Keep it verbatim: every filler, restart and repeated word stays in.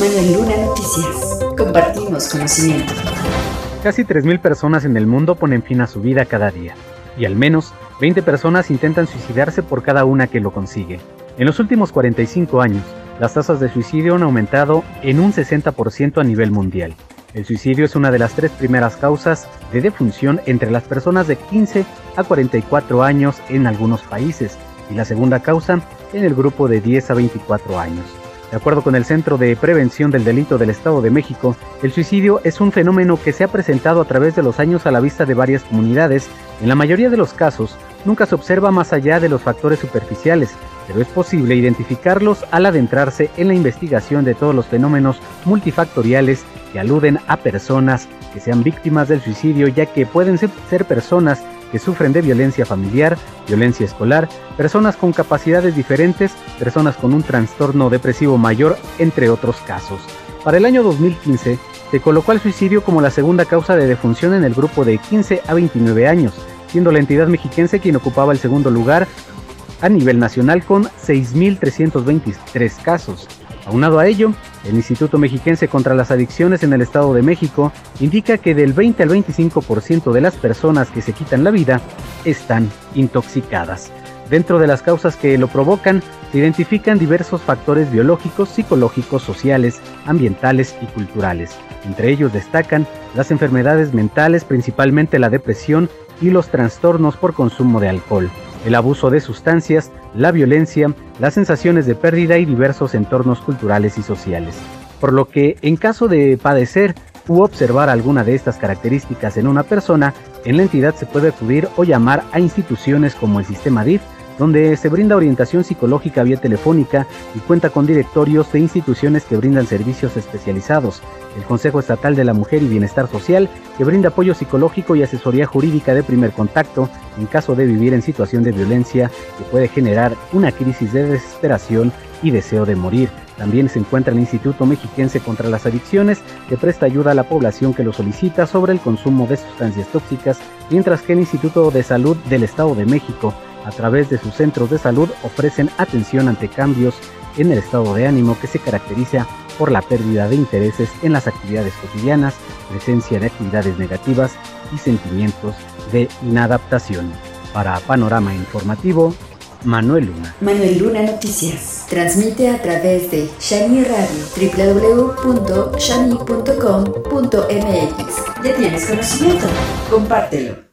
Manuel Luna Noticias. Compartimos conocimiento. Casi tres mil personas en el mundo ponen fin a su vida cada día, y al menos veinte personas intentan suicidarse por cada una que lo consigue. En los últimos cuarenta y cinco años, las tasas de suicidio han aumentado en un sesenta por ciento a nivel mundial. El suicidio es una de las tres primeras causas de defunción entre las personas de quince a cuarenta y cuatro años en algunos países, y la segunda causa en el grupo de diez a veinticuatro años. De acuerdo con el Centro de Prevención del Delito del Estado de México, el suicidio es un fenómeno que se ha presentado a través de los años a la vista de varias comunidades. En la mayoría de los casos, nunca se observa más allá de los factores superficiales, pero es posible identificarlos al adentrarse en la investigación de todos los fenómenos multifactoriales que aluden a personas que sean víctimas del suicidio, ya que pueden ser personas que sufren de violencia familiar, violencia escolar, personas con capacidades diferentes, personas con un trastorno depresivo mayor, entre otros casos. Para el año dos mil quince, se colocó al suicidio como la segunda causa de defunción en el grupo de quince a veintinueve años, siendo la entidad mexiquense quien ocupaba el segundo lugar a nivel nacional con seis mil trescientos veintitrés casos. Aunado a ello, el Instituto Mexiquense contra las Adicciones en el Estado de México indica que del veinte al veinticinco por ciento de las personas que se quitan la vida están intoxicadas. Dentro de las causas que lo provocan, se identifican diversos factores biológicos, psicológicos, sociales, ambientales y culturales. Entre ellos destacan las enfermedades mentales, principalmente la depresión y los trastornos por consumo de alcohol, el abuso de sustancias, la violencia, las sensaciones de pérdida y diversos entornos culturales y sociales. Por lo que, en caso de padecer u observar alguna de estas características en una persona, en la entidad se puede acudir o llamar a instituciones como el Sistema D I F, donde se brinda orientación psicológica vía telefónica y cuenta con directorios de instituciones que brindan servicios especializados, el Consejo Estatal de la Mujer y Bienestar Social, que brinda apoyo psicológico y asesoría jurídica de primer contacto en caso de vivir en situación de violencia que puede generar una crisis de desesperación y deseo de morir. También se encuentra el Instituto Mexiquense contra las Adicciones, que presta ayuda a la población que lo solicita sobre el consumo de sustancias tóxicas, mientras que el Instituto de Salud del Estado de México, a través de sus centros de salud, ofrecen atención ante cambios en el estado de ánimo que se caracteriza por la pérdida de intereses en las actividades cotidianas, presencia de actividades negativas y sentimientos de inadaptación. Para Panorama Informativo, Manuel Luna. Manuel Luna Noticias. Transmite a través de Shani Radio, doble u doble u doble u punto shani punto com punto m x. Ya tienes conocimiento, compártelo.